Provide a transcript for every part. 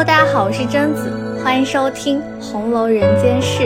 大家好，我是贞子，欢迎收听《红楼人间事》。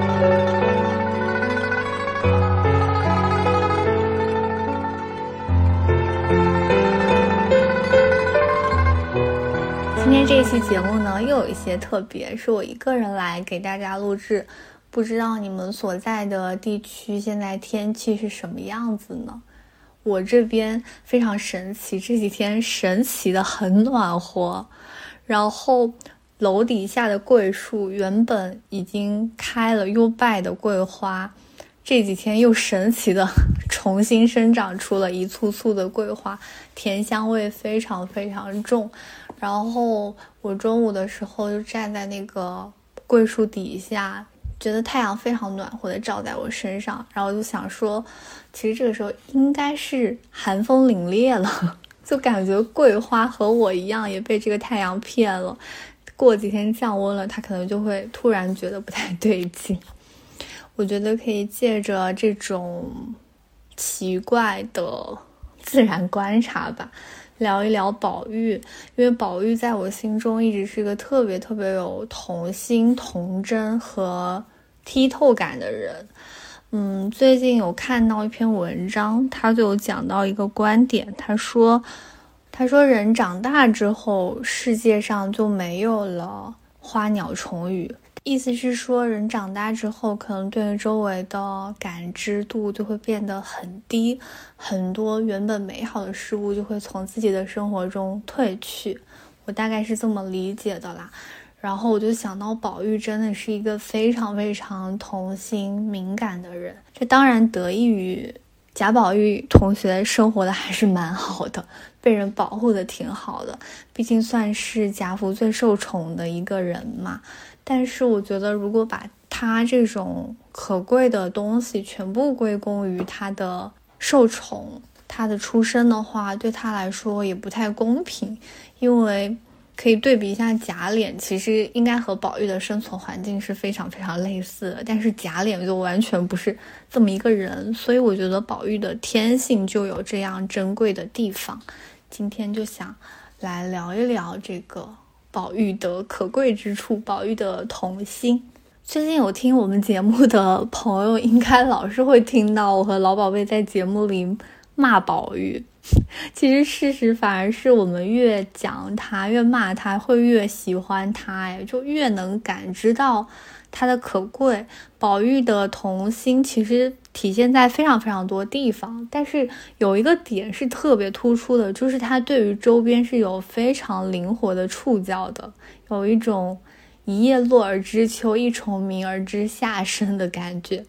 今天这一期节目呢，又有一些特别，是我一个人来给大家录制。不知道你们所在的地区现在天气是什么样子呢？我这边非常神奇，这几天神奇的很暖和，然后楼底下的桂树原本已经开了又败的桂花，这几天又神奇的重新生长出了一簇簇的桂花，甜香味非常非常重。然后我中午的时候就站在那个桂树底下，觉得太阳非常暖和的照在我身上，然后就想说其实这个时候应该是寒风凛冽了，就感觉桂花和我一样也被这个太阳骗了，过几天降温了，它可能就会突然觉得不太对劲。我觉得可以借着这种奇怪的自然观察吧，聊一聊宝玉，因为宝玉在我心中一直是个特别特别有童心童真和剔透感的人。最近有看到一篇文章，他就有讲到一个观点，他说人长大之后，世界上就没有了花鸟虫鱼，意思是说人长大之后，可能对周围的感知度就会变得很低，很多原本美好的事物就会从自己的生活中褪去，我大概是这么理解的啦。然后我就想到宝玉真的是一个非常非常童心敏感的人，这当然得益于贾宝玉同学生活的还是蛮好的，被人保护的挺好的，毕竟算是贾府最受宠的一个人嘛。但是我觉得如果把他这种可贵的东西全部归功于他的受宠，他的出身的话，对他来说也不太公平。因为可以对比一下贾琏，其实应该和宝玉的生存环境是非常非常类似的，但是贾琏就完全不是这么一个人，所以我觉得宝玉的天性就有这样珍贵的地方。今天就想来聊一聊这个宝玉的可贵之处，宝玉的童心。最近有听我们节目的朋友应该老是会听到我和老宝贝在节目里骂宝玉，其实事实反而是我们越讲他越骂他会越喜欢他，就越能感知到他的可贵。宝玉的童心其实体现在非常非常多地方，但是有一个点是特别突出的，就是他对于周边是有非常灵活的触角的，有一种一叶落而知秋，一虫鸣而知夏生的感觉。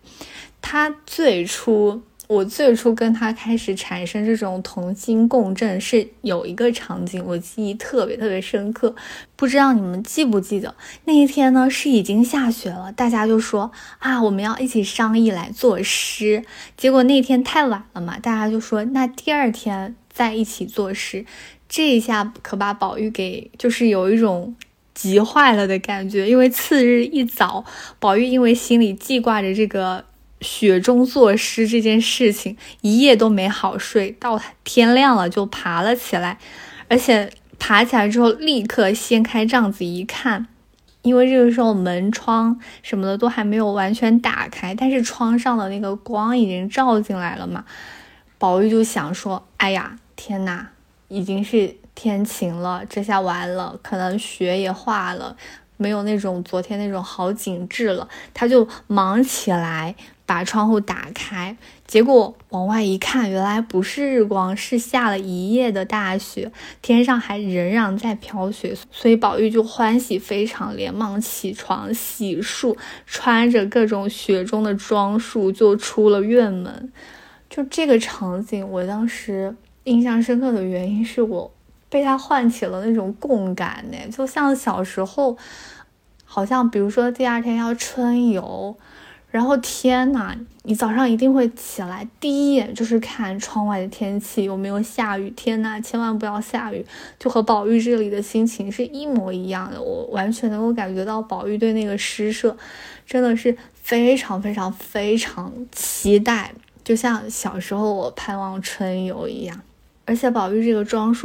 我最初跟他开始产生这种童心共振是有一个场景，我记忆特别特别深刻，不知道你们记不记得。那一天呢是已经下雪了，大家就说我们要一起商议来作诗，结果那天太晚了嘛，大家就说那第二天再一起作诗。这一下可把宝玉给就是有一种急坏了的感觉，因为次日一早，宝玉因为心里记挂着这个雪中作诗这件事情，一夜都没好睡，到天亮了就爬了起来，而且爬起来之后立刻掀开帐子一看，因为这个时候门窗什么的都还没有完全打开，但是窗上的那个光已经照进来了嘛。宝玉就想说哎呀天哪，已经是天晴了，这下完了，可能雪也化了，没有那种昨天那种好景致了。他就忙起来把窗户打开，结果往外一看，原来不是日光，是下了一夜的大雪，天上还仍然在飘雪，所以宝玉就欢喜非常，连忙起床洗漱，穿着各种雪中的装束就出了院门。就这个场景我当时印象深刻的原因是我被他唤起了那种共感呢，就像小时候好像比如说第二天要春游，然后天哪，你早上一定会起来，第一眼就是看窗外的天气有没有下雨，天哪，千万不要下雨，就和宝玉这里的心情是一模一样的。我完全能够感觉到宝玉对那个诗社真的是非常非常非常期待，就像小时候我盼望春游一样。而且宝玉这个装束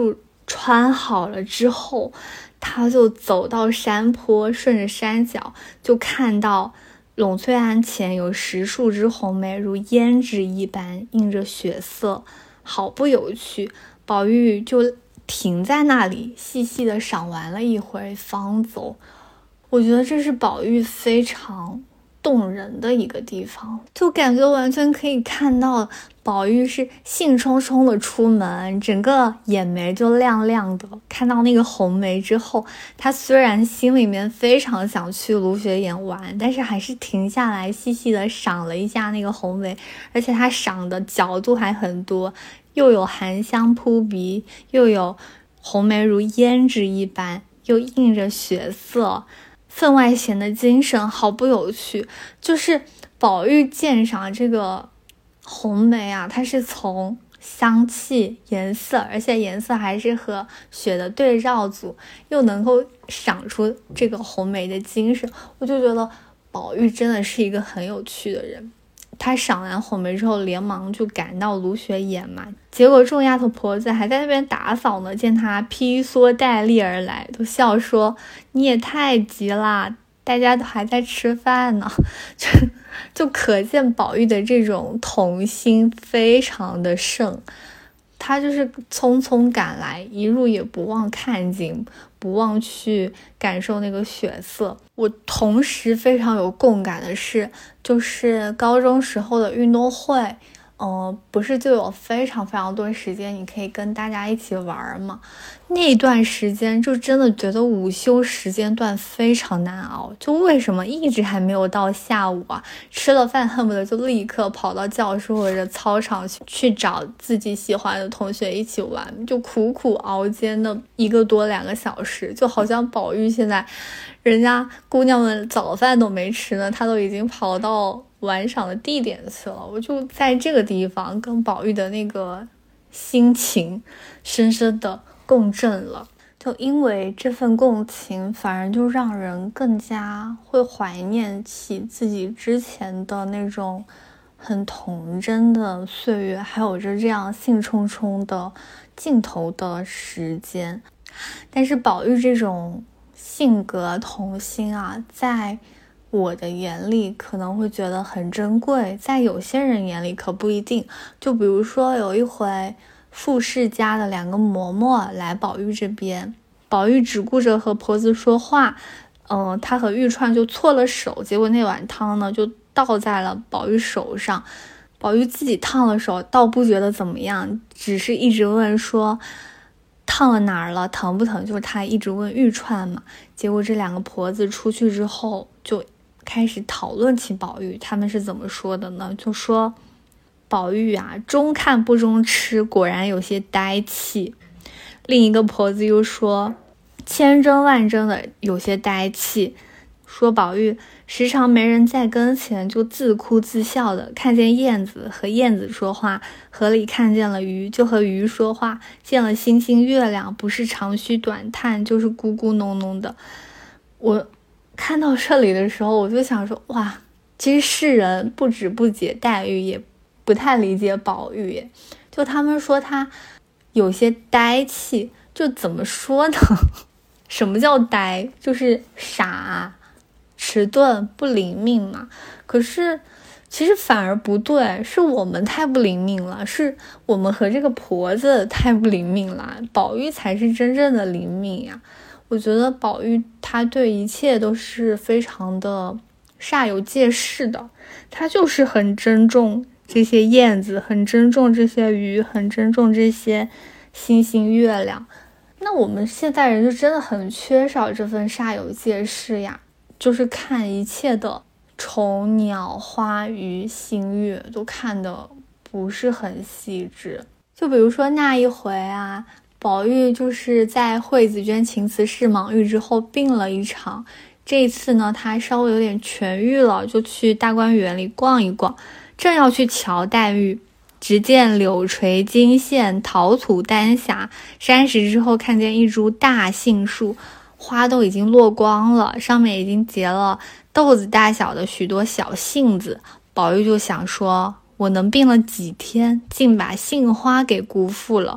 穿好了之后，他就走到山坡，顺着山脚就看到栊翠庵前有10树枝红梅，如胭脂一般映着血色，好不有趣。宝玉就停在那里，细细的赏完了一会方走。我觉得这是宝玉非常动人的一个地方，就感觉完全可以看到宝玉是兴冲冲的出门，整个眼眉就亮亮的。看到那个红梅之后，他虽然心里面非常想去芦雪眼玩，但是还是停下来细细的赏了一下那个红梅，而且他赏的角度还很多，又有含香扑鼻，又有红梅如胭脂一般，又映着血色，分外显得精神，好不有趣。就是宝玉鉴赏这个红梅啊，它是从香气、颜色，而且颜色还是和血的对照组，又能够赏出这个红梅的精神。我就觉得宝玉真的是一个很有趣的人。他赏完红梅之后，连忙就赶到芦雪眼嘛，结果众丫头婆子还在那边打扫呢，见他披蓑戴笠而来，都笑说：“你也太急啦，大家都还在吃饭呢。”就可见宝玉的这种童心非常的盛，他就是匆匆赶来，一路也不忘看景，不忘去感受那个血色。我同时非常有共感的是，就是高中时候的运动会，不是就有非常非常多时间你可以跟大家一起玩吗？那段时间就真的觉得午休时间段非常难熬，就为什么一直还没有到下午啊？吃了饭恨不得就立刻跑到教室或者操场去找自己喜欢的同学一起玩，就苦苦熬煎的1个多2个小时，就好像宝玉现在人家姑娘们早饭都没吃呢，他都已经跑到玩赏的地点去了。我就在这个地方跟宝玉的那个心情深深的共振了，就因为这份共情，反而就让人更加会怀念起自己之前的那种很童真的岁月，还有着这样兴冲冲的尽头的时间。但是宝玉这种性格童心啊，在我的眼里可能会觉得很珍贵，在有些人眼里可不一定。就比如说有一回傅氏家的2个嬷嬷来宝玉这边，宝玉只顾着和婆子说话，他和玉钏就错了手，结果那碗汤呢就倒在了宝玉手上。宝玉自己烫了手，倒不觉得怎么样，只是一直问说烫了哪儿了，疼不疼，就是他一直问玉钏嘛。结果这2个婆子出去之后就开始讨论起宝玉，他们是怎么说的呢？就说宝玉啊，中看不中吃，果然有些呆气。另一个婆子又说千真万真的有些呆气，说宝玉时常没人在跟前就自哭自笑的，看见燕子和燕子说话，河里看见了鱼就和鱼说话，见了星星月亮不是长吁短叹就是咕咕哝哝的。我看到这里的时候，我就想说，哇，其实世人不止不解黛玉，也不太理解宝玉耶。就他们说他有些呆气，就怎么说呢？什么叫呆？就是傻、迟钝、不灵敏嘛。可是其实反而不对，是我们太不灵敏了，是我们和这个婆子太不灵敏了，宝玉才是真正的灵敏呀。我觉得宝玉他对一切都是非常的煞有介事的，他就是很珍重这些燕子，很珍重这些鱼，很珍重这些星星月亮。那我们现代人就真的很缺少这份煞有介事呀，就是看一切的虫鸟花鱼星月都看得不是很细致。就比如说那一回啊，宝玉就是在惠子娟情辞室莽郁之后病了一场，这一次呢他稍微有点痊愈了，就去大观园里逛一逛，正要去瞧黛玉，只见柳垂金线，桃土丹霞，山石之后看见一株大杏树，花都已经落光了，上面已经结了豆子大小的许多小杏子。宝玉就想说，我能病了几天，竟把杏花给辜负了，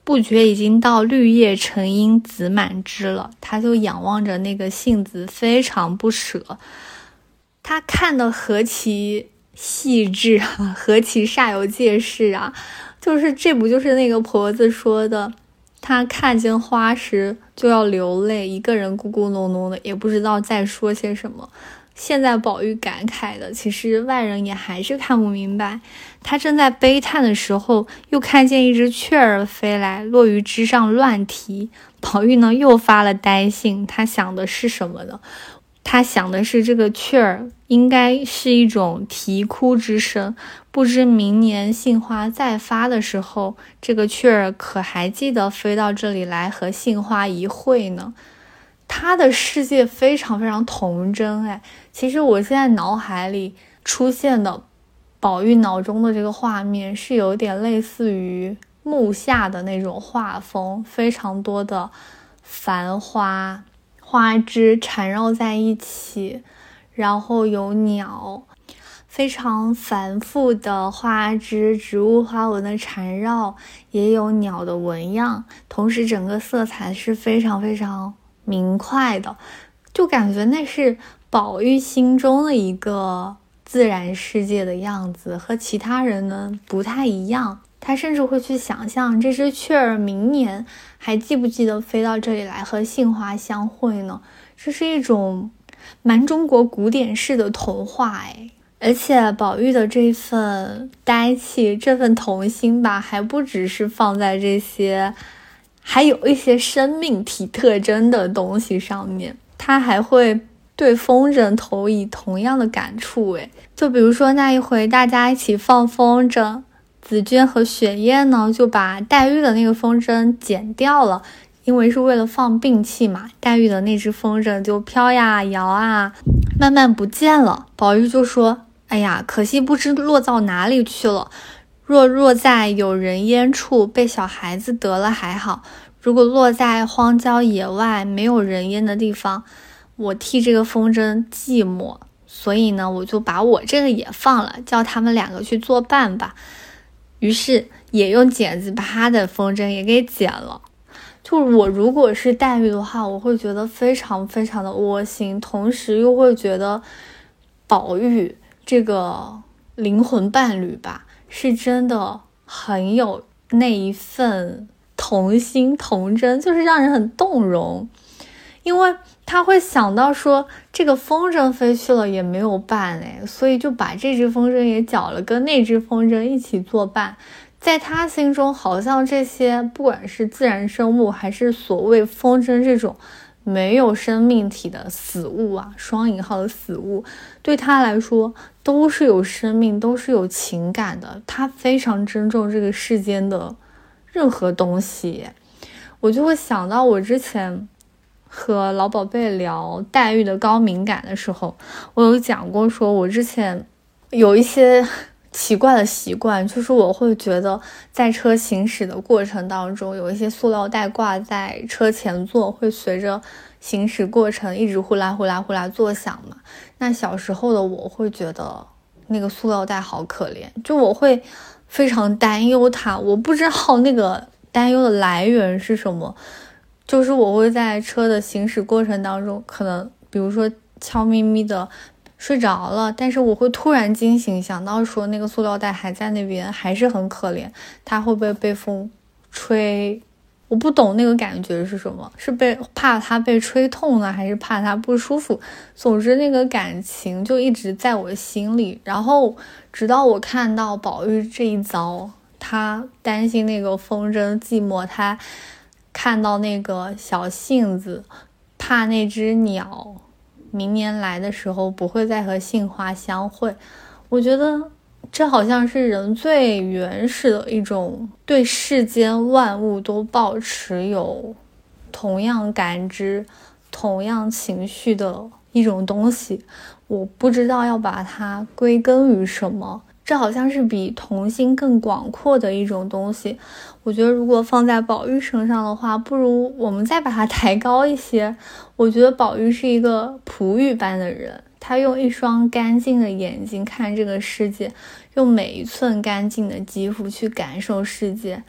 不觉已经到绿叶成荫子满枝了，他就仰望着那个杏子非常不舍。他看得何其细致啊，何其煞有介事啊，就是这不就是那个婆子说的，他看见花时就要流泪，一个人咕咕哝哝的，也不知道在说些什么。现在宝玉感慨的，其实外人也还是看不明白。他正在悲叹的时候，又看见一只雀儿飞来，落于枝上乱啼。宝玉呢，又发了呆性，他想的是什么呢？他想的是这个雀儿应该是一种啼哭之声，不知明年杏花再发的时候，这个雀儿可还记得飞到这里来和杏花一会呢？他的世界非常非常童真。其实我现在脑海里出现的宝玉脑中的这个画面是有点类似于木下的那种画风，非常多的繁花花枝缠绕在一起，然后有鸟，非常繁复的花枝植物花纹的缠绕，也有鸟的纹样，同时整个色彩是非常非常明快的，就感觉那是宝玉心中的一个自然世界的样子，和其他人呢不太一样。他甚至会去想象这只雀儿明年还记不记得飞到这里来和杏花相会呢？这是一种蛮中国古典式的童话。而且宝玉的这份呆气，这份童心吧，还不只是放在这些还有一些生命体特征的东西上面，他还会对风筝投以同样的感触。就比如说那一回大家一起放风筝，紫鹃和雪雁呢就把黛玉的那个风筝剪掉了，因为是为了放病气嘛，黛玉的那只风筝就飘呀摇啊，慢慢不见了。宝玉就说，哎呀，可惜不知落到哪里去了，若在有人烟处被小孩子得了还好，如果落在荒郊野外没有人烟的地方，我替这个风筝寂寞，所以呢我就把我这个也放了，叫他们两个去作伴吧。于是也用剪子把他的风筝也给剪了。就是我如果是黛玉的话，我会觉得非常非常的窝心，同时又会觉得宝玉这个灵魂伴侣吧，是真的很有那一份童心童真，就是让人很动容。因为他会想到说这个风筝飞去了也没有伴，所以就把这只风筝也绞了，跟那只风筝一起作伴。在他心中，好像这些不管是自然生物还是所谓风筝这种没有生命体的死物啊，双引号的死物，对他来说都是有生命，都是有情感的。他非常珍重这个世间的任何东西。我就会想到我之前和老宝贝聊黛玉的高敏感的时候，我有讲过说我之前有一些奇怪的习惯，就是我会觉得在车行驶的过程当中，有一些塑料袋挂在车前座，会随着行驶过程一直呼啦呼啦呼啦作响嘛。那小时候的我会觉得那个塑料袋好可怜，就我会非常担忧它，我不知道那个担忧的来源是什么。就是我会在车的行驶过程当中，可能比如说悄咪咪的睡着了，但是我会突然惊醒，想到说那个塑料袋还在那边，还是很可怜，它会不会被风吹？我不懂那个感觉是什么，是怕它被吹痛呢，还是怕它不舒服？总之那个感情就一直在我心里。然后直到我看到宝玉这一遭，他担心那个风筝寂寞，他看到那个小杏子，怕那只鸟明年来的时候不会再和杏花相会。我觉得这好像是人最原始的一种对世间万物都抱持有同样感知同样情绪的一种东西。我不知道要把它归根于什么，这好像是比童心更广阔的一种东西。我觉得如果放在宝玉身上的话，不如我们再把它抬高一些。我觉得宝玉是一个璞玉般的人，他用一双干净的眼睛看这个世界，用每一寸干净的肌肤去感受世界。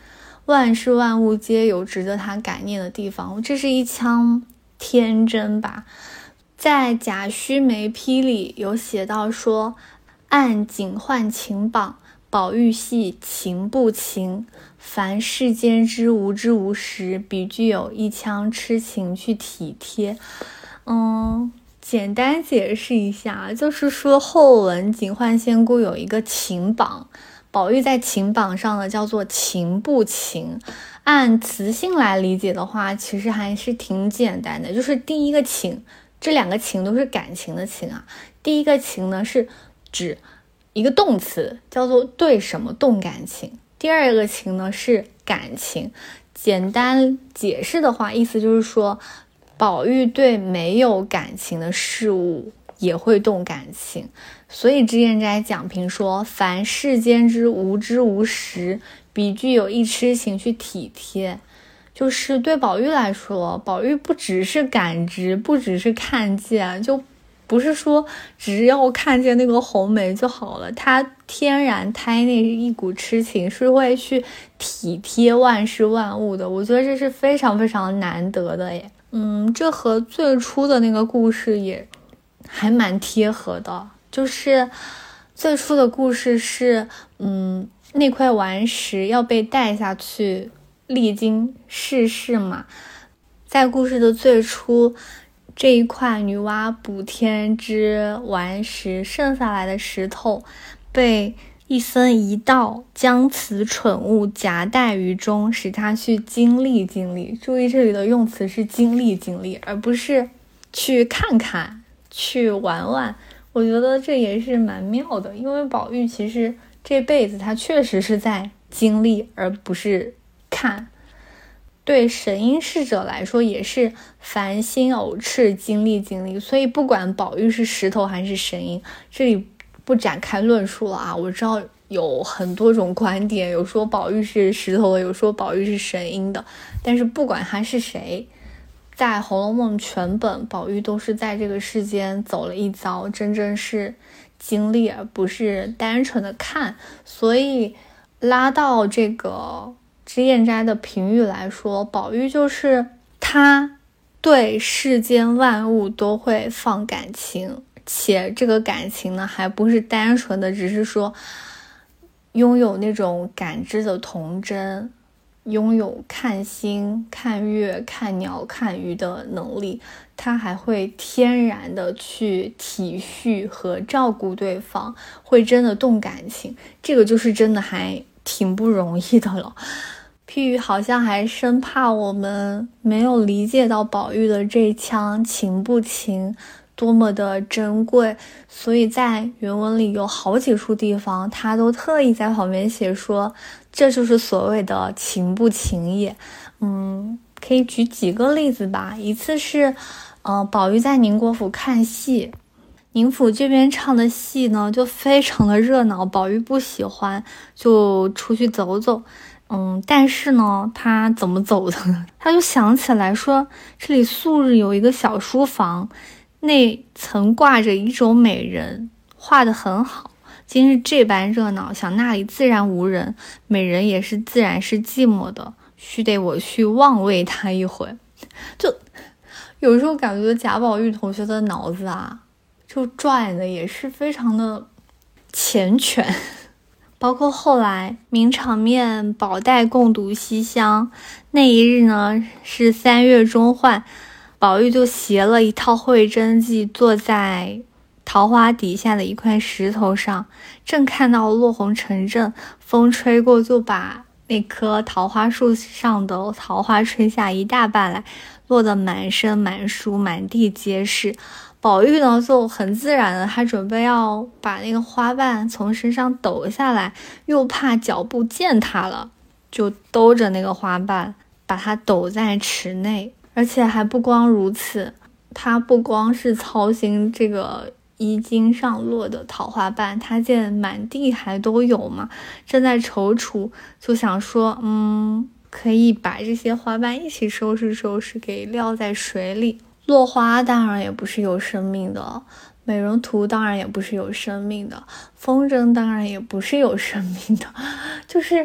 万事万物皆有值得他感念的地方。这是一腔天真吧。在贾须梅批里有写到说，按警幻情榜，宝玉系情不情，凡世间之无知无识，比具有一腔痴情去体贴。简单解释一下，就是说后文警幻仙姑有一个情榜，宝玉在情榜上呢叫做情不情。按词性来理解的话，其实还是挺简单的，就是第一个情，这两个情都是感情的情啊。第一个情呢是指一个动词，叫做对什么动感情。第二个情呢是感情。简单解释的话，意思就是说宝玉对没有感情的事物也会动感情。所以脂砚斋讲评说，凡世间之无知无识，比具有一痴情去体贴。就是对宝玉来说，宝玉不只是感知，不只是看见，就不是说只要看见那个红梅就好了，他天然胎内一股痴情，是会去体贴万事万物的。我觉得这是非常非常难得的耶。这和最初的那个故事也还蛮贴合的。就是最初的故事是那块顽石要被带下去历经世事嘛。在故事的最初，这一块女娲补天之顽石剩下来的石头被一僧一道将此蠢物夹带于中，使他去经历经历。注意这里的用词是经历经历，而不是去看看去玩玩。我觉得这也是蛮妙的，因为宝玉其实这辈子他确实是在经历而不是看。对神瑛侍者来说也是凡心偶炽经历经历，所以不管宝玉是石头还是神瑛，这里不展开论述了啊。我知道有很多种观点，有说宝玉是石头的，有说宝玉是神瑛的，但是不管他是谁，在《红楼梦》全本宝玉都是在这个世间走了一遭，真正是经历而不是单纯的看。所以拉到这个脂砚斋的评语来说，宝玉就是他对世间万物都会放感情，且这个感情呢还不是单纯的只是说拥有那种感知的童真，拥有看星看月看鸟看鱼的能力，他还会天然的去体恤和照顾对方，会真的动感情。这个就是真的还挺不容易的了。譬喻好像还生怕我们没有理解到宝玉的这腔情不情多么的珍贵，所以在原文里有好几处地方他都特意在旁边写说这就是所谓的情不情也。可以举几个例子吧。一次是宝玉在宁国府看戏，宁府这边唱的戏呢就非常的热闹，宝玉不喜欢，就出去走走。但是呢他怎么走的呢？他就想起来说这里素日有一个小书房，内曾挂着一种美人，画得很好，今日这般热闹，想那里自然无人，美人也是自然是寂寞的，须得我去望慰他一回。就有时候感觉贾宝玉同学的脑子啊，就转的也是非常的缱绻。包括后来名场面宝黛共读西厢，那一日呢是3月中换，宝玉就携了一套绘真记，坐在桃花底下的一块石头上，正看到落红成阵，风吹过就把那棵桃花树上的桃花吹下一大半来，落得满身满书满地皆是。宝玉呢就很自然的，他准备要把那个花瓣从身上抖下来，又怕脚步践踏了，就兜着那个花瓣把它抖在池内。而且还不光如此，他不光是操心这个衣襟上落的桃花瓣，他见满地还都有嘛，正在踌躇，就想说可以把这些花瓣一起收拾收拾，给撂在水里。落花当然也不是有生命的，美人图当然也不是有生命的，风筝当然也不是有生命的，就是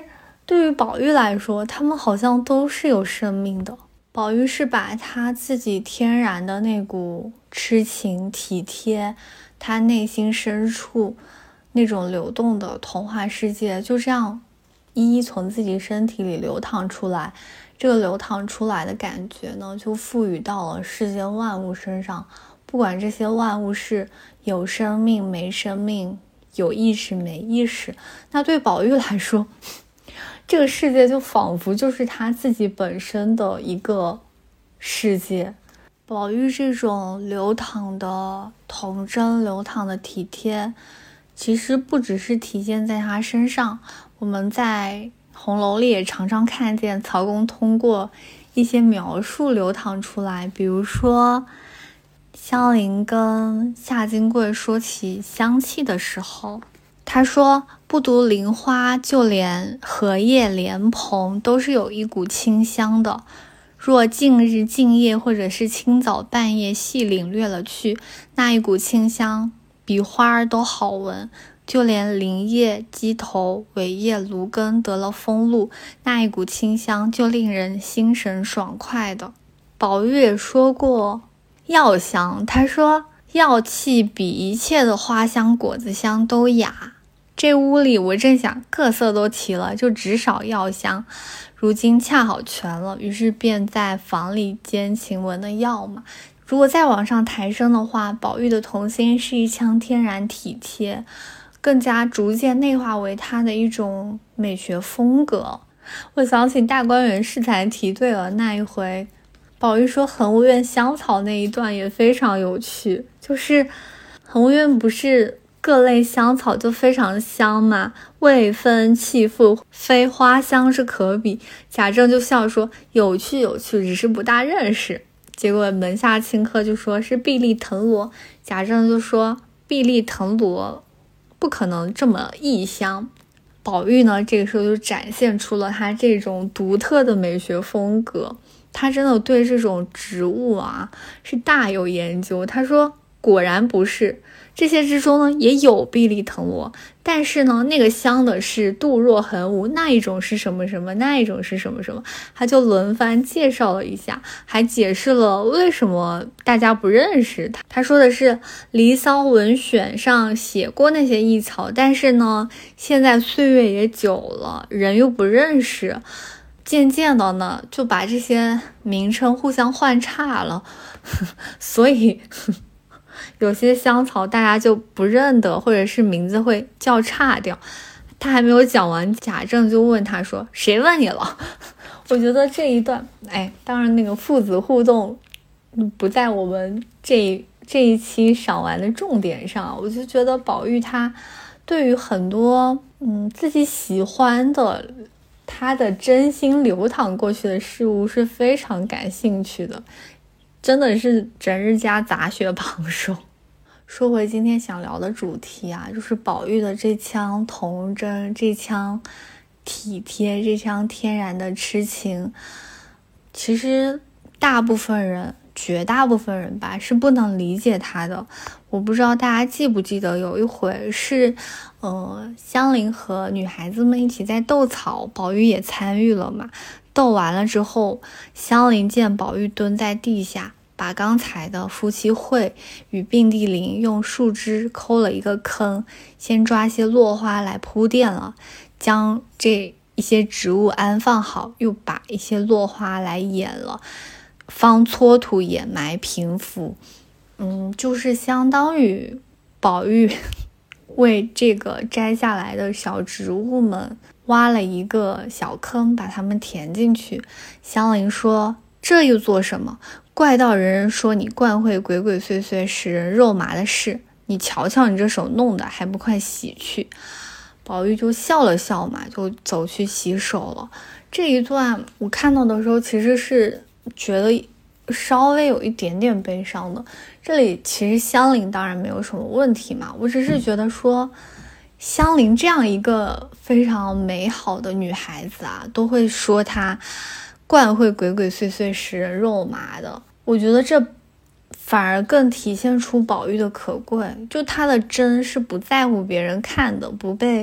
对于宝玉来说，他们好像都是有生命的。宝玉是把他自己天然的那股痴情体贴，他内心深处那种流动的童话世界，就这样一一从自己身体里流淌出来。这个流淌出来的感觉呢，就赋予到了世间万物身上，不管这些万物是有生命没生命，有意识没意识。那对宝玉来说，这个世界就仿佛就是他自己本身的一个世界。宝玉这种流淌的童真，流淌的体贴，其实不只是体现在他身上，我们在红楼里也常常看见曹公通过一些描述流淌出来。比如说香菱跟夏金桂说起香气的时候，他说不独菱花，就连荷叶莲蓬都是有一股清香的，若近日近夜或者是清早半夜细领略了去，那一股清香比花儿都好闻。就连林叶、鸡头、尾叶、芦根得了风露，那一股清香就令人心神爽快的。宝玉也说过药香，他说药气比一切的花香果子香都雅。这屋里我正想各色都齐了，就只少药香，如今恰好全了，于是便在房里兼请闻的药嘛。如果再往上抬升的话，宝玉的童心是一腔天然体贴，更加逐渐内化为他的一种美学风格。我想起大观园适才题对了那一回，宝玉说恒芜苑香草那一段也非常有趣，就是恒芜苑不是各类香草就非常香嘛，味分气馥，非花香之可比。贾政就笑说有趣有趣，只是不大认识。结果门下亲客就说是碧丽藤萝，贾政就说碧丽藤萝不可能这么异香。宝玉呢，这个时候就展现出了他这种独特的美学风格，他真的对这种植物啊是大有研究。他说果然不是，这些之中呢也有碧丽藤萝，但是呢那个香的是杜若痕芜，那一种是什么什么，那一种是什么什么，他就轮番介绍了一下，还解释了为什么大家不认识他。他说的是《离骚文选》上写过那些异草，但是呢现在岁月也久了，人又不认识，渐渐的呢就把这些名称互相换岔了所以有些香草大家就不认得，或者是名字会叫岔掉。他还没有讲完，贾政就问他说谁问你了我觉得这一段当然那个父子互动不在我们这一期赏玩的重点上，我就觉得宝玉他对于很多自己喜欢的，他的真心流淌过去的事物是非常感兴趣的，真的是整日家杂学榜首。说回今天想聊的主题啊，就是宝玉的这腔童真，这腔体贴，这腔天然的痴情，其实大部分人，绝大部分人吧，是不能理解他的。我不知道大家记不记得有一回是香菱和女孩子们一起在斗草，宝玉也参与了嘛。斗完了之后，香菱见宝玉蹲在地下，把刚才的夫妻会与并蒂林用树枝抠了一个坑，先抓些落花来铺垫了，将这一些植物安放好，又把一些落花来掩了，方搓土掩埋平伏。就是相当于宝玉为这个摘下来的小植物们挖了一个小坑，把它们填进去。香菱说这又做什么？怪到人人说你惯会鬼鬼祟祟使人肉麻的事，你瞧瞧你这手弄的，还不快洗去。宝玉就笑了笑嘛，就走去洗手了。这一段我看到的时候其实是觉得稍微有一点点悲伤的。这里其实香菱当然没有什么问题嘛，我只是觉得说香菱这样一个非常美好的女孩子啊，都会说她惯会鬼鬼祟祟使人肉麻的，我觉得这反而更体现出宝玉的可贵，就他的真是不在乎别人看的，不被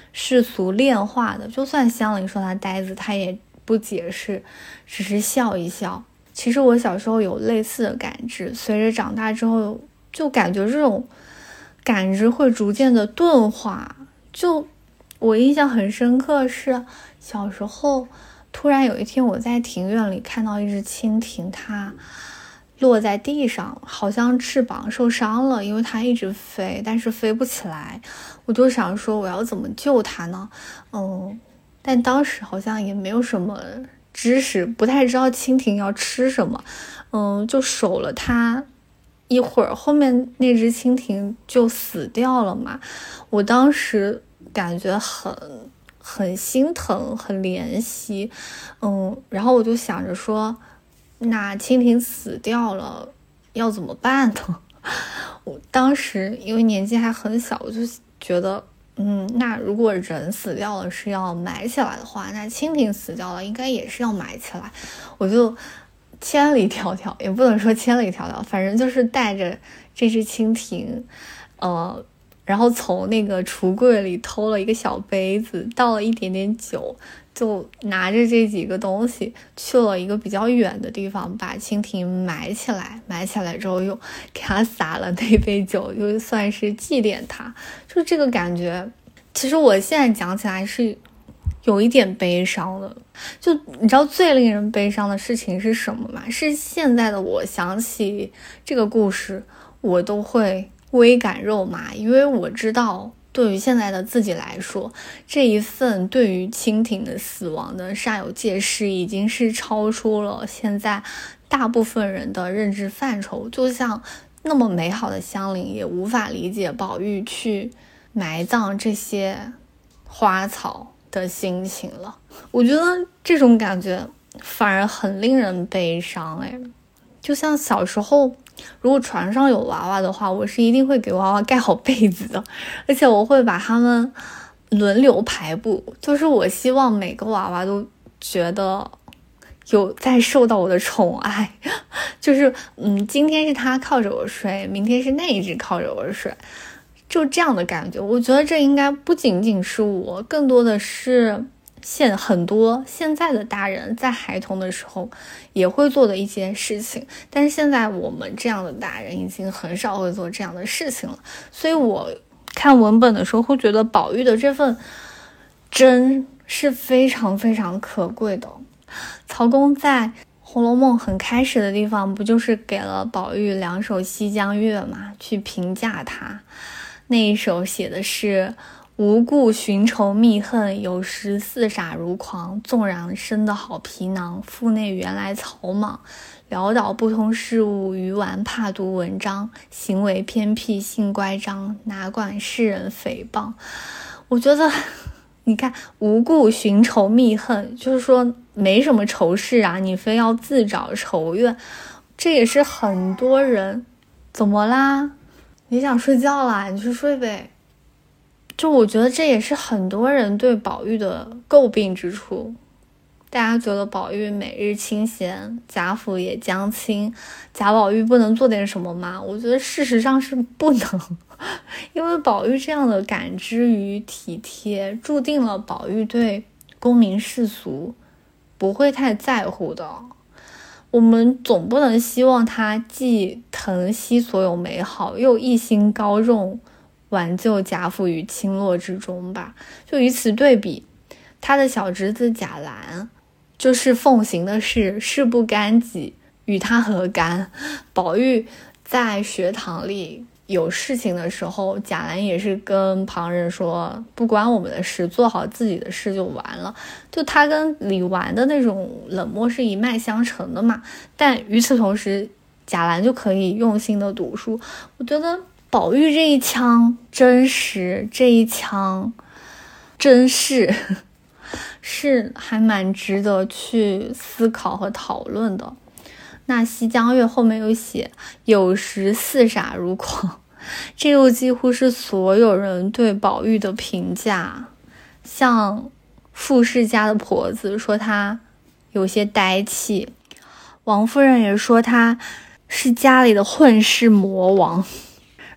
世俗炼化的，就算乡里说他呆子，他也不解释，只是笑一笑。其实我小时候有类似的感知，随着长大之后，就感觉这种感知会逐渐的钝化。就我印象很深刻是小时候，突然有一天我在庭院里看到一只蜻蜓，它落在地上，好像翅膀受伤了，因为它一直飞，但是飞不起来。我就想说我要怎么救它呢？但当时好像也没有什么知识，不太知道蜻蜓要吃什么。就守了它一会儿，后面那只蜻蜓就死掉了嘛。我当时感觉很心疼，很怜惜。然后我就想着说，那蜻蜓死掉了要怎么办呢？我当时因为年纪还很小，我就觉得那如果人死掉了是要埋起来的话，那蜻蜓死掉了应该也是要埋起来。我就千里迢迢，也不能说千里迢迢，反正就是带着这只蜻蜓然后从那个橱柜里偷了一个小杯子，倒了一点点酒，就拿着这几个东西去了一个比较远的地方，把蜻蜓埋起来。埋起来之后又给它洒了那杯酒，就算是祭奠它。就这个感觉，其实我现在讲起来是有一点悲伤的。就你知道最令人悲伤的事情是什么吗？是现在的我想起这个故事，我都会微感肉麻，因为我知道对于现在的自己来说，这一份对于蜻蜓的死亡的煞有介事已经是超出了现在大部分人的认知范畴。就像那么美好的乡邻也无法理解宝玉去埋葬这些花草的心情了。我觉得这种感觉反而很令人悲伤。就像小时候如果船上有娃娃的话，我是一定会给娃娃盖好被子的，而且我会把他们轮流排布，就是我希望每个娃娃都觉得有在受到我的宠爱。就是今天是他靠着我睡，明天是那一只靠着我睡，就这样的感觉。我觉得这应该不仅仅是我，更多的是很多现在的大人在孩童的时候也会做的一些事情，但是现在我们这样的大人已经很少会做这样的事情了。所以我看文本的时候会觉得宝玉的这份真是非常非常可贵的。曹公在《红楼梦》很开始的地方不就是给了宝玉2首西江月嘛，去评价他。那一首写的是无故寻仇觅恨，有时似傻如狂，纵然生得好皮囊，腹内原来草莽，潦倒不通事物，愚顽怕读文章，行为偏僻性乖张，哪管世人诽谤。我觉得你看无故寻仇觅恨，就是说没什么仇事啊，你非要自找仇怨，这也是很多人。怎么啦？你想睡觉啦？你去睡呗。就我觉得这也是很多人对宝玉的诟病之处。大家觉得宝玉每日清闲，贾府也将倾，贾宝玉不能做点什么吗？我觉得事实上是不能。因为宝玉这样的感知与体贴，注定了宝玉对功名世俗不会太在乎的。我们总不能希望他既疼惜所有美好，又一心高中挽救贾府于倾落之中吧。就与此对比，他的小侄子贾兰就是奉行的是事不干己，与他何干。宝玉在学堂里有事情的时候，贾兰也是跟旁人说不关我们的事，做好自己的事就完了。就他跟李纨的那种冷漠是一脉相承的嘛。但与此同时，贾兰就可以用心的读书。我觉得宝玉这一腔真实，这一腔真是还蛮值得去思考和讨论的。那西江月后面又写有时似傻如狂，这又几乎是所有人对宝玉的评价。像傅氏家的婆子说他有些呆气，王夫人也说他是家里的混世魔王。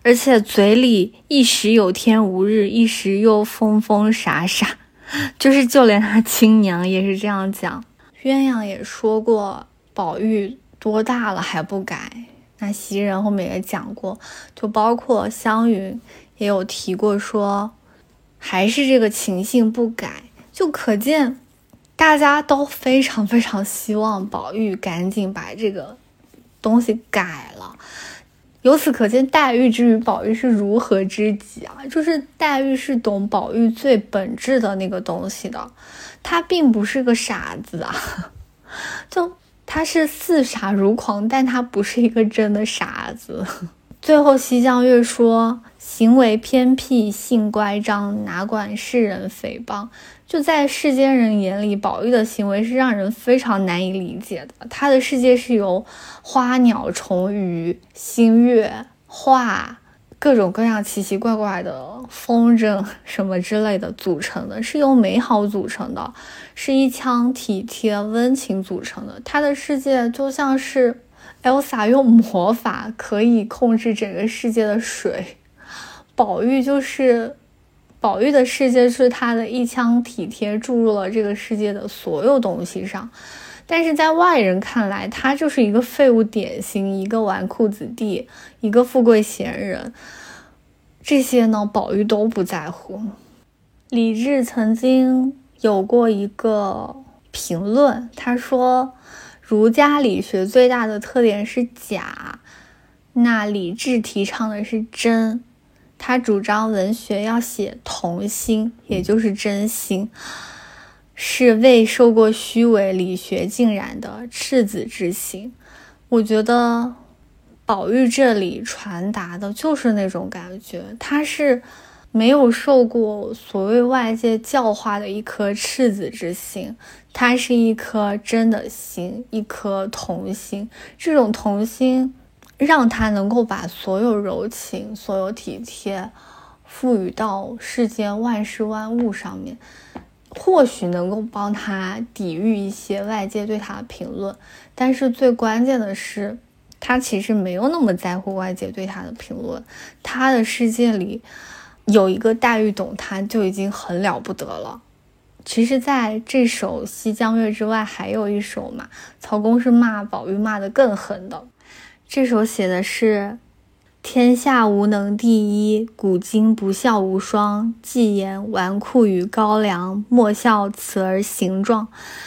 而且嘴里一时有天无日，一时又疯疯傻傻，就是就连他亲娘也是这样讲。鸳鸯也说过宝玉多大了还不改，那袭人后面也讲过，就包括湘云也有提过说还是这个情性不改，就可见大家都非常非常希望宝玉赶紧把这个东西改了。由此可见黛玉之于宝玉是如何之极啊，就是黛玉是懂宝玉最本质的那个东西的，他并不是个傻子啊，就他是似傻如狂，但他不是一个真的傻子。最后西江月说行为偏僻性乖张，哪管世人诽谤，就在世间人眼里，宝玉的行为是让人非常难以理解的。他的世界是由花鸟虫鱼星月画各种各样奇奇怪怪的风筝什么之类的组成的，是由美好组成的，是一腔体贴温情组成的。他的世界就像是 Elsa 用魔法可以控制整个世界的水，宝玉的世界是他的一腔体贴注入了这个世界的所有东西上，但是在外人看来，他就是一个废物点心，一个纨绔子弟，一个富贵闲人。这些呢，宝玉都不在乎。李治曾经有过一个评论，他说儒家理学最大的特点是假，那李治提倡的是真。他主张文学要写童心，也就是真心，是未受过虚伪理学浸染的赤子之心。我觉得宝玉这里传达的就是那种感觉，他是没有受过所谓外界教化的一颗赤子之心，他是一颗真的心，一颗童心。这种童心让他能够把所有柔情所有体贴赋予到世间万事万物上面，或许能够帮他抵御一些外界对他的评论，但是最关键的是他其实没有那么在乎外界对他的评论，他的世界里有一个黛玉懂他就已经很了不得了。其实在这首西江月之外还有一首嘛，曹公是骂宝玉骂得更狠的，这首写的是天下无能第一，古今不孝无双，既言纨绔与高粱，莫笑此儿形状。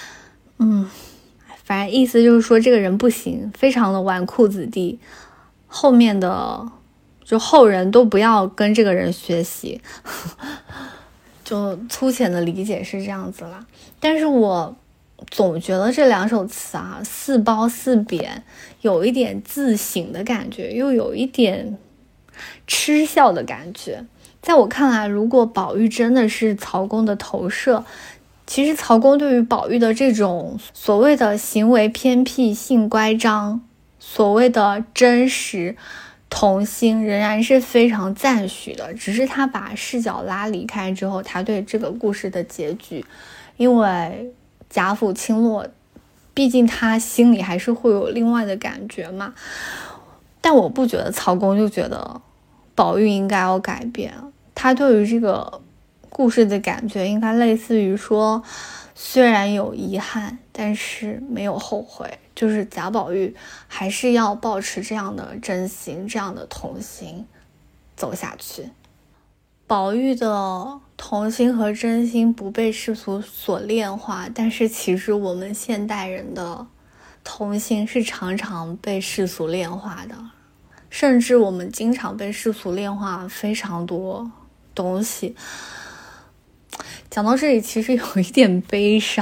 反正意思就是说这个人不行，非常的纨绔子弟，后面的就后人都不要跟这个人学习就粗浅的理解是这样子啦。但是我总觉得这两首词啊，似褒似贬，有一点自省的感觉，又有一点嗤笑的感觉。在我看来，如果宝玉真的是曹公的投射，其实曹公对于宝玉的这种所谓的行为偏僻性乖张，所谓的真实童心，仍然是非常赞许的，只是他把视角拉离开之后，他对这个故事的结局，因为贾府倾落，毕竟他心里还是会有另外的感觉嘛。但我不觉得曹公就觉得宝玉应该要改变，他对于这个故事的感觉应该类似于说，虽然有遗憾，但是没有后悔，就是贾宝玉还是要保持这样的真心，这样的童心走下去。宝玉的童心和真心不被世俗所炼化，但是其实我们现代人的童心是常常被世俗炼化的，甚至我们经常被世俗炼化非常多东西。讲到这里其实有一点悲伤，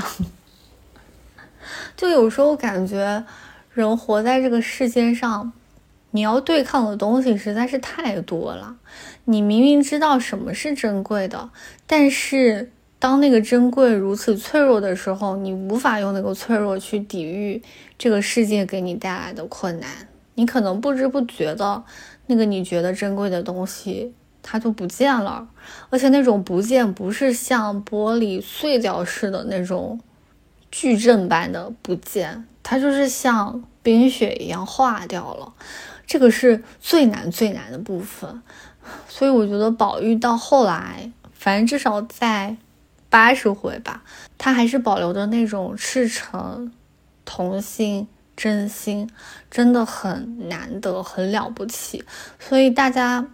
就有时候感觉人活在这个世界上，你要对抗的东西实在是太多了。你明明知道什么是珍贵的，但是当那个珍贵如此脆弱的时候，你无法用那个脆弱去抵御这个世界给你带来的困难。你可能不知不觉的那个你觉得珍贵的东西它就不见了，而且那种不见不是像玻璃碎掉似的那种矩阵般的不见，它就是像冰雪一样化掉了。 这个是最难的部分。所以我觉得宝玉到后来，反正至少在80回吧，他还是保留着那种赤诚、童心、真心，真的很难得，很了不起。所以大家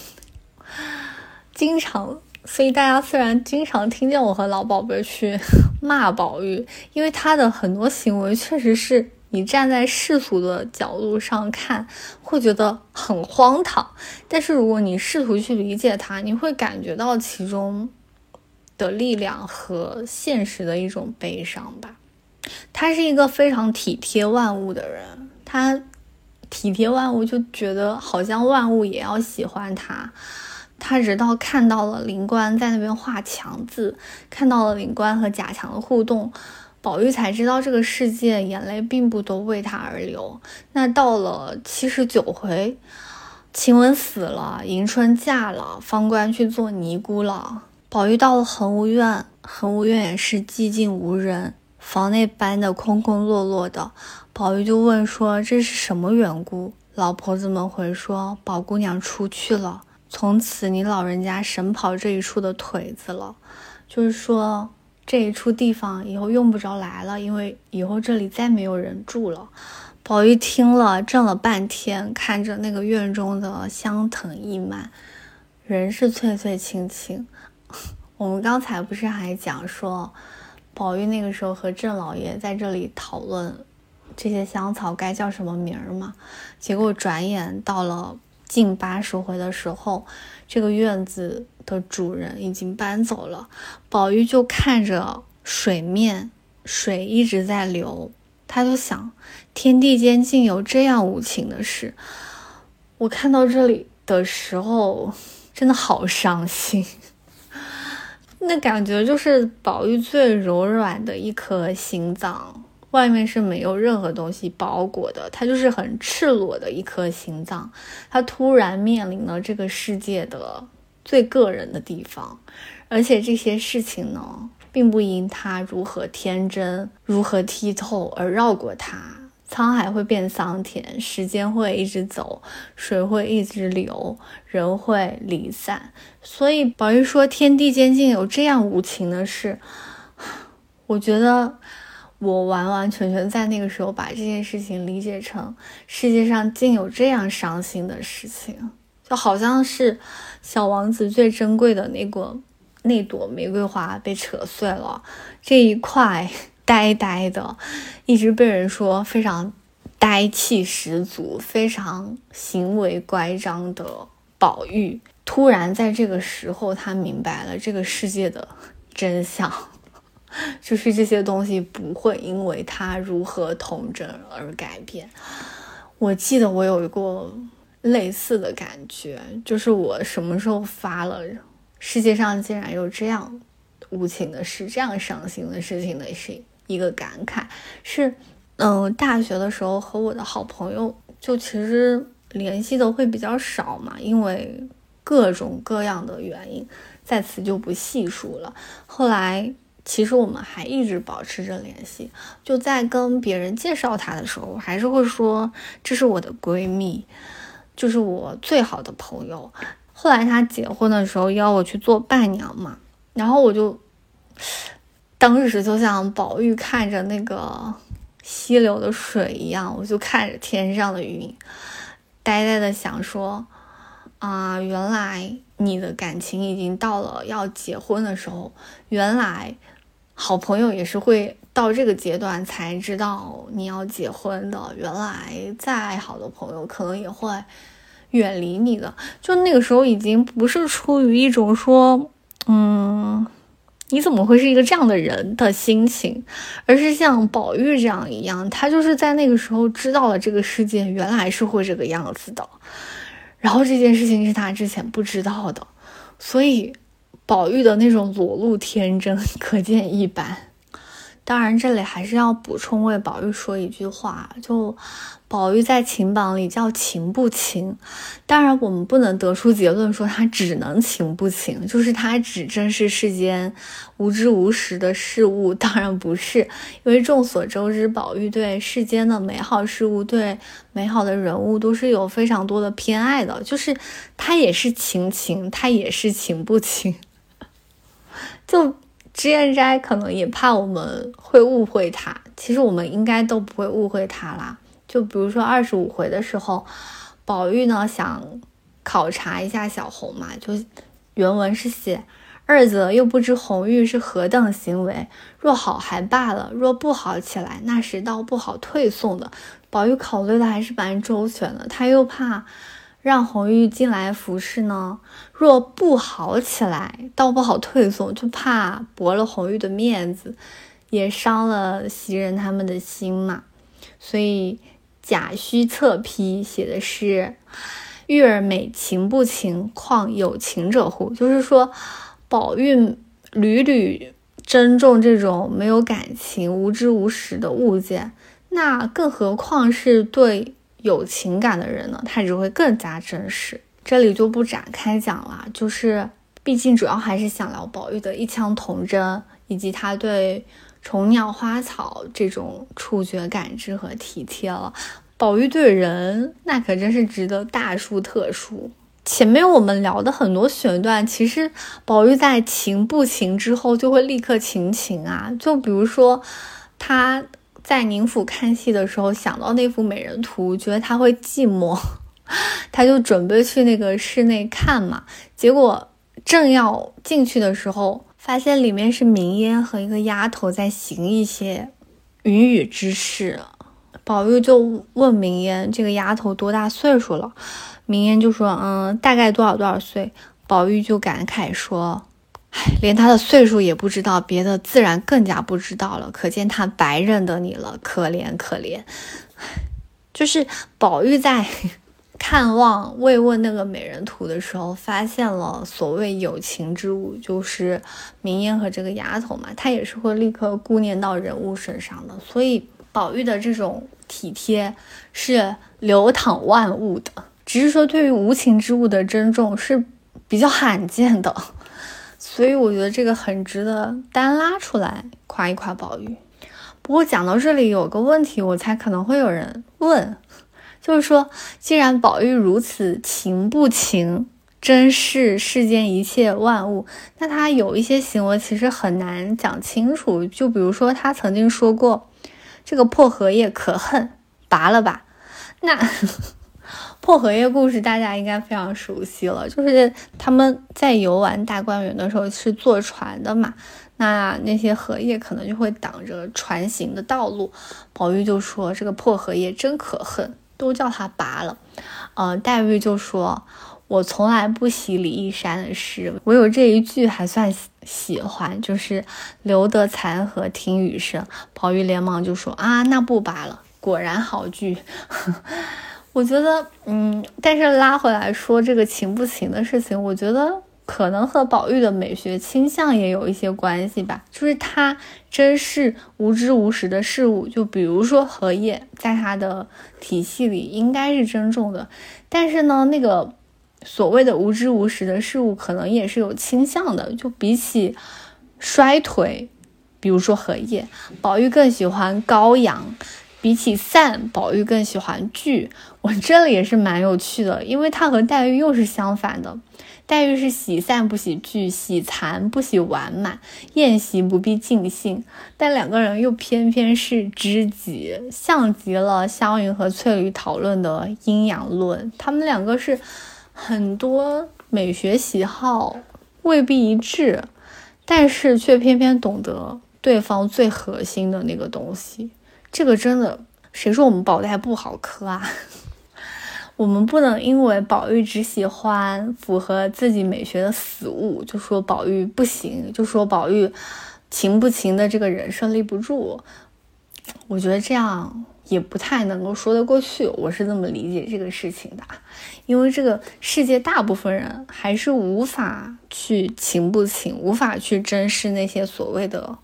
虽然经常听见我和老宝贝去骂宝玉，因为他的很多行为确实是你站在世俗的角度上看会觉得很荒唐，但是如果你试图去理解他，你会感觉到其中的力量和现实的一种悲伤吧。他是一个非常体贴万物的人，他体贴万物就觉得好像万物也要喜欢他。他直到看到了灵官在那边画强字，看到了灵官和贾强的互动，宝玉才知道这个世界眼泪并不都为他而流。那到了79回，晴雯死了，迎春嫁了，方官去做尼姑了，宝玉到了恒芜院，恒芜院也是寂静无人，房内搬得空空落落的。宝玉就问说这是什么缘故，老婆子们回说宝姑娘出去了，从此你老人家省跑这一处的腿子了，就是说这一处地方以后用不着来了，因为以后这里再没有人住了。宝玉听了怔了半天，看着那个院中的香藤意蔓，人是翠翠青青。我们刚才不是还讲说宝玉那个时候和郑老爷在这里讨论这些香草该叫什么名吗？结果转眼到了近80回的时候，这个院子的主人已经搬走了。宝玉就看着水面，水一直在流，他就想天地间竟有这样无情的事。我看到这里的时候真的好伤心，那感觉就是宝玉最柔软的一颗心脏，外面是没有任何东西包裹的，它就是很赤裸的一颗心脏，它突然面临了这个世界的最个人的地方。而且这些事情呢，并不因他如何天真如何剔透而绕过他。沧海会变桑田，时间会一直走，水会一直流，人会离散。所以宝玉说天地间竟有这样无情的事，我觉得我完完全全在那个时候把这件事情理解成世界上竟有这样伤心的事情，就好像是小王子最珍贵的那朵玫瑰花被扯碎了，这一块呆呆的，一直被人说非常呆气十足，非常行为乖张的宝玉，突然在这个时候他明白了这个世界的真相，就是这些东西不会因为他如何童真而改变。我记得我有一个类似的感觉，就是我什么时候发了世界上竟然有这样无情的事，这样伤心的事情的是一个感慨。是大学的时候和我的好朋友就其实联系的会比较少嘛，因为各种各样的原因，在此就不细数了。后来其实我们还一直保持着联系，就在跟别人介绍她的时候，还是会说这是我的闺蜜，就是我最好的朋友。后来她结婚的时候邀我去做伴娘嘛，然后我就当时就像宝玉看着那个溪流的水一样，我就看着天上的云，呆呆的想说原来你的感情已经到了要结婚的时候，原来好朋友也是会到这个阶段才知道你要结婚的，原来再好的朋友可能也会远离你的。就那个时候已经不是出于一种说你怎么会是一个这样的人的心情，而是像宝玉这样一样，他就是在那个时候知道了这个世界原来是会这个样子的，然后这件事情是他之前不知道的，所以宝玉的那种裸露天真可见一斑。 当然这里还是要补充为宝玉说一句话，就宝玉在情榜里叫情不情，当然我们不能得出结论说他只能情不情，就是他只珍视世间无知无识的事物，当然不是，因为众所周知宝玉对世间的美好事物，对美好的人物都是有非常多的偏爱的，就是他也是情，他也是情不情。就脂砚斋可能也怕我们会误会他，其实我们应该都不会误会他啦。就比如说25回的时候，宝玉呢想考察一下小红嘛，就原文是写二则又不知红玉是何等行为，若好还罢了，若不好起来，那时倒不好退送的。宝玉考虑的还是蛮周全的，他又怕让红玉进来服侍呢，若不好起来倒不好退送，就怕驳了红玉的面子，也伤了袭人他们的心嘛。所以贾虚侧批写的是玉儿美情不情，况有情者乎，就是说宝玉屡屡珍重这种没有感情无知无识的物件，那更何况是对有情感的人呢，他只会更加珍视。这里就不展开讲了，就是毕竟主要还是想聊宝玉的一腔童真，以及他对虫鸟花草这种触觉感知和体贴了。宝玉对人那可真是值得大书特书。前面我们聊的很多选段，其实宝玉在情不情之后就会立刻情啊，就比如说他在宁府看戏的时候想到那幅美人图，觉得他会寂寞，他就准备去那个室内看嘛，结果正要进去的时候，发现里面是明烟和一个丫头在行一些云雨之事。宝玉就问明烟这个丫头多大岁数了，明烟就说大概多少岁。宝玉就感慨说连他的岁数也不知道，别的自然更加不知道了，可见他白认得你了，可怜可怜。就是宝玉在看望慰问那个美人图的时候，发现了所谓有情之物，就是明烟和这个丫头嘛，他也是会立刻顾念到人物身上的，所以宝玉的这种体贴是流淌万物的，只是说对于无情之物的珍重是比较罕见的，所以我觉得这个很值得单拉出来夸一夸宝玉。不过讲到这里有个问题，我猜可能会有人问，就是说既然宝玉如此情不情，珍视世间一切万物，那他有一些行为其实很难讲清楚，就比如说他曾经说过这个破荷叶可恨，拔了吧。那破荷叶故事大家应该非常熟悉了，就是他们在游玩大观园的时候是坐船的嘛，那些荷叶可能就会挡着船行的道路，宝玉就说这个破荷叶真可恨，都叫他拔了。黛玉就说我从来不喜李义山的诗，唯有这一句还算喜欢，就是留得残荷听雨声。宝玉连忙就说那不拔了，果然好句。我觉得但是拉回来说这个情不情的事情，我觉得可能和宝玉的美学倾向也有一些关系吧，就是他珍视无知无识的事物，就比如说荷叶在他的体系里应该是珍重的，但是呢那个所谓的无知无识的事物可能也是有倾向的，就比起衰颓，比如说荷叶，宝玉更喜欢高扬，比起散，宝玉更喜欢聚。我这里也是蛮有趣的，因为他和黛玉又是相反的。黛玉是喜散不喜聚，喜残不喜完满，宴席不必尽兴，但两个人又偏偏是知己，像极了湘云和翠缕讨论的阴阳论。他们两个是很多美学喜好未必一致，但是却偏偏懂得对方最核心的那个东西。这个真的，谁说我们宝黛不好磕啊？我们不能因为宝玉只喜欢符合自己美学的死物，就说宝玉不行，就说宝玉情不情的这个人设立不住。我觉得这样也不太能够说得过去，我是这么理解这个事情的。因为这个世界大部分人还是无法去情不情，无法去珍视那些所谓的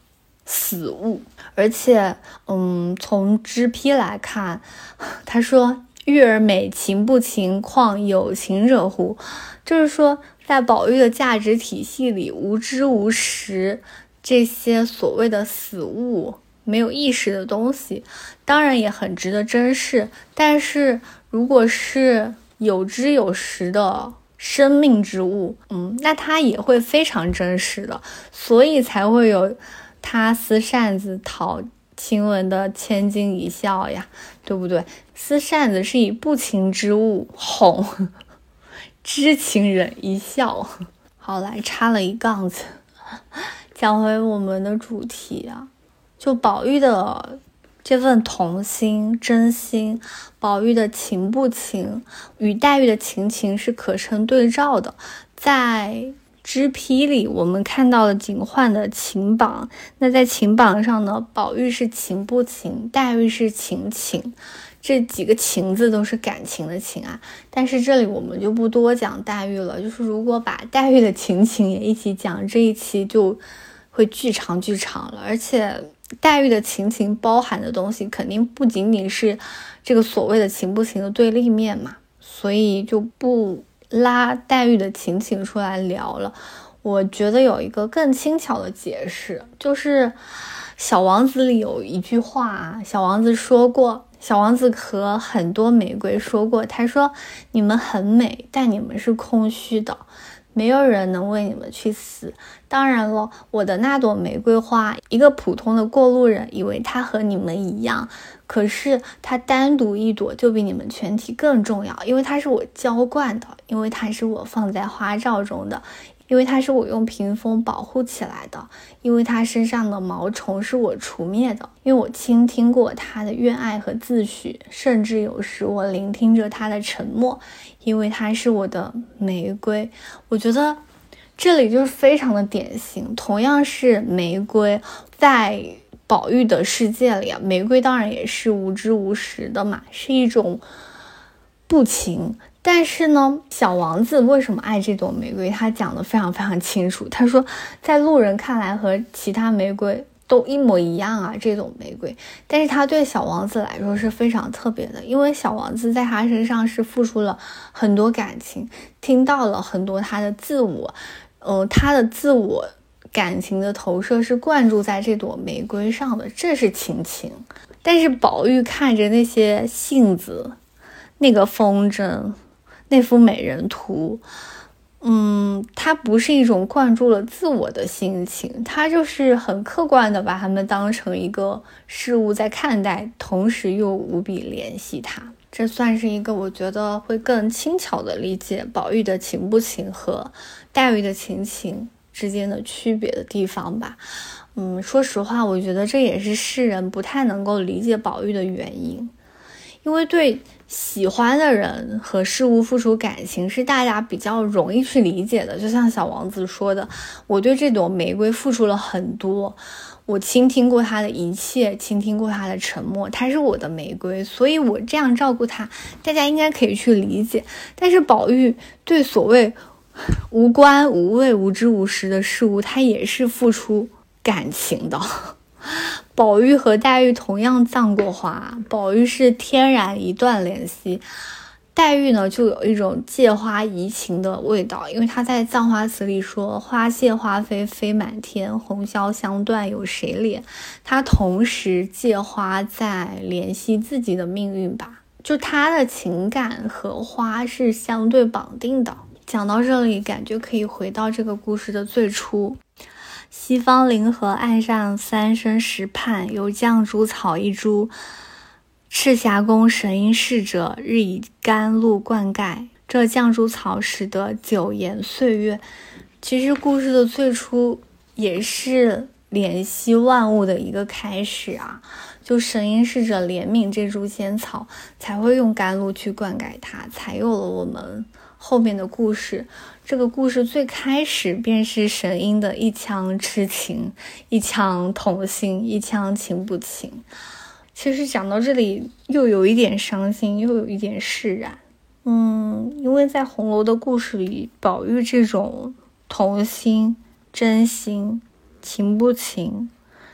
死物。而且从支批来看，他说玉儿美情不情，况有情者乎？就是说在宝玉的价值体系里，无知无识这些所谓的死物，没有意识的东西当然也很值得珍视，但是如果是有知有识的生命之物，那它也会非常真实的，所以才会有他撕扇子讨晴雯的千金一笑呀，对不对？撕扇子是以不情之物哄知情人一笑。好，来插了一杠子，讲回我们的主题啊，就宝玉的这份童心真心，宝玉的情不情与黛玉的情是可成对照的。在支批里我们看到了警幻的情榜，那在情榜上呢，宝玉是情不情，黛玉是情，这几个情字都是感情的情啊。但是这里我们就不多讲黛玉了，就是如果把黛玉的情也一起讲，这一期就会巨长了。而且黛玉的情包含的东西肯定不仅仅是这个所谓的情不情的对立面嘛，所以就不拉黛玉的情出来聊了。我觉得有一个更轻巧的解释，就是小王子里有一句话啊，小王子说过，小王子和很多玫瑰说过，他说你们很美，但你们是空虚的，没有人能为你们去死。当然了，我的那朵玫瑰花，一个普通的过路人以为它和你们一样，可是它单独一朵就比你们全体更重要，因为它是我浇灌的，因为它是我放在花罩中的，因为它是我用屏风保护起来的，因为它身上的毛虫是我除灭的，因为我倾听过它的怨爱和自诩，甚至有时我聆听着它的沉默，因为它是我的玫瑰。我觉得这里就是非常的典型，同样是玫瑰，在宝玉的世界里啊，玫瑰当然也是无知无识的嘛，是一种不情。但是呢，小王子为什么爱这朵玫瑰，他讲得非常非常清楚。他说在路人看来和其他玫瑰都一模一样啊，这种玫瑰，但是他对小王子来说是非常特别的，因为小王子在他身上是付出了很多感情，听到了很多他的自我，他的自我感情的投射是灌注在这朵玫瑰上的，这是情。但是宝玉看着那些杏子，那个风筝，那幅美人图，它不是一种灌注了自我的心情，它就是很客观的把它们当成一个事物在看待，同时又无比联系它。这算是一个我觉得会更轻巧的理解宝玉的情不情和黛玉的情之间的区别的地方吧。说实话，我觉得这也是世人不太能够理解宝玉的原因，因为对喜欢的人和事物付出感情是大家比较容易去理解的。就像小王子说的，我对这朵玫瑰付出了很多，我倾听过它的一切，倾听过它的沉默，它是我的玫瑰，所以我这样照顾它，大家应该可以去理解。但是宝玉对所谓无关无味无知无识的事物，他也是付出感情的。宝玉和黛玉同样葬过花，宝玉是天然一段联系，黛玉呢就有一种借花移情的味道，因为她在葬花词里说花谢花飞飞满天，红消香断有谁怜，她同时借花在联系自己的命运吧，就她的情感和花是相对绑定的。讲到这里，感觉可以回到这个故事的最初。西方灵河岸上三生石畔，有绛珠草一株，赤霞宫神瑛侍者，日以甘露灌溉，这绛珠草使得久延岁月。其实故事的最初也是怜惜万物的一个开始啊，就神瑛侍者怜悯这株仙草，才会用甘露去灌溉它，才有了我们后面的故事。这个故事最开始便是神瑛的一腔痴情，一腔童心，一腔情不情。其实讲到这里又有一点伤心，又有一点释然。因为在红楼的故事里，宝玉这种童心、真心、情不情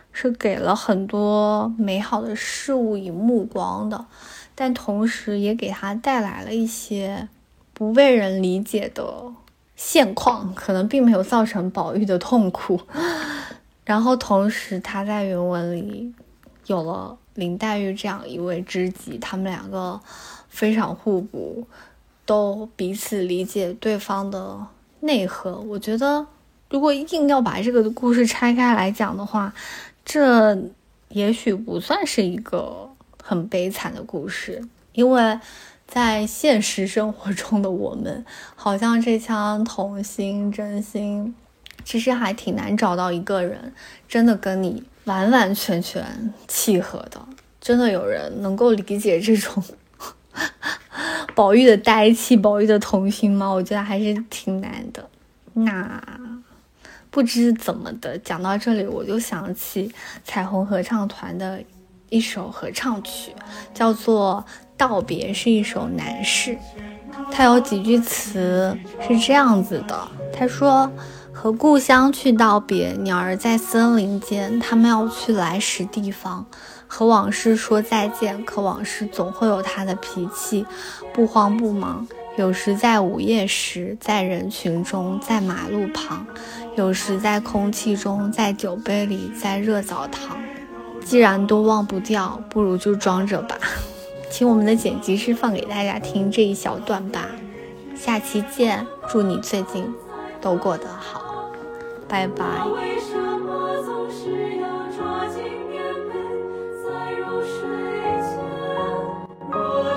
是给了很多美好的事物以目光的，但同时也给他带来了一些不被人理解的现况，可能并没有造成宝玉的痛苦。然后同时他在原文里有了林黛玉这样一位知己，他们两个非常互补，都彼此理解对方的内核。我觉得如果硬要把这个故事拆开来讲的话，这也许不算是一个很悲惨的故事，因为在现实生活中的我们，好像这腔同心真心其实还挺难找到一个人真的跟你完完全全契合的。真的有人能够理解这种宝玉的呆气，宝玉的童心吗？我觉得还是挺难的。那不知怎么的，讲到这里我就想起彩虹合唱团的一首合唱曲，叫做《道别是一首难事》。它有几句词是这样子的，他说：和故乡去道别，鸟儿在森林间，他们要去来时地方。和往事说再见，可往事总会有它的脾气，不慌不忙。有时在午夜时，在人群中，在马路旁；有时在空气中，在酒杯里，在热澡堂。既然都忘不掉，不如就装着吧。请我们的剪辑师放给大家听这一小段吧。下期见，祝你最近都过得好，拜拜。为什么总是要抓紧年轮，在入睡前